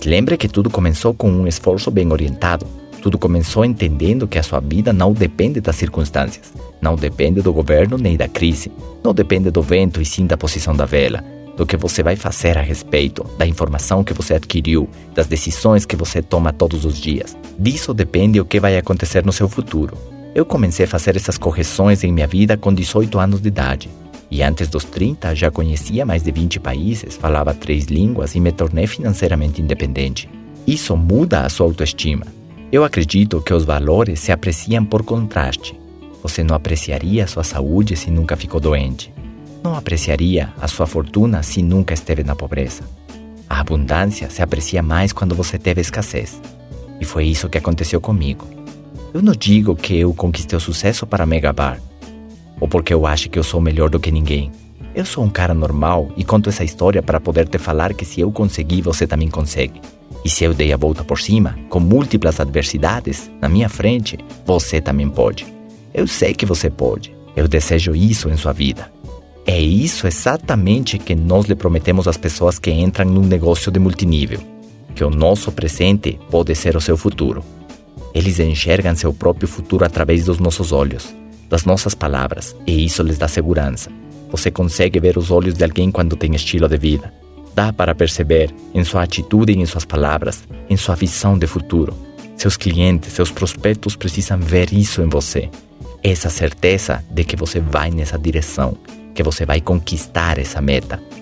lembre que tudo começou com um esforço bem orientado. Tudo começou entendendo que a sua vida não depende das circunstâncias. Não depende do governo nem da crise. Não depende do vento e sim da posição da vela. Do que você vai fazer a respeito, da informação que você adquiriu, das decisões que você toma todos os dias. Disso depende o que vai acontecer no seu futuro. Eu comecei a fazer essas correções em minha vida com 18 anos de idade. E antes dos 30 já conhecia mais de 20 países, falava 3 línguas e me tornei financeiramente independente. Isso muda a sua autoestima. Eu acredito que os valores se apreciam por contraste. Você não apreciaria a sua saúde se nunca ficou doente. Não apreciaria a sua fortuna se nunca esteve na pobreza. A abundância se aprecia mais quando você teve escassez. E foi isso que aconteceu comigo. Eu não digo que eu conquistei o sucesso para me gabar, ou porque eu acho que eu sou melhor do que ninguém. Eu sou um cara normal e conto essa história para poder te falar que se eu consegui, você também consegue. E se eu dei a volta por cima, com múltiplas adversidades na minha frente, você também pode. Eu sei que você pode. Eu desejo isso em sua vida. É isso exatamente que nós lhe prometemos às pessoas que entram num negócio de multinível. Que o nosso presente pode ser o seu futuro. Eles enxergam seu próprio futuro através dos nossos olhos, das nossas palavras, e isso lhes dá segurança. Você consegue ver os olhos de alguém quando tem estilo de vida. Dá para perceber em sua atitude e em suas palavras, em sua visão de futuro. Seus clientes, seus prospectos precisam ver isso em você. Essa certeza de que você vai nessa direção, que você vai conquistar essa meta.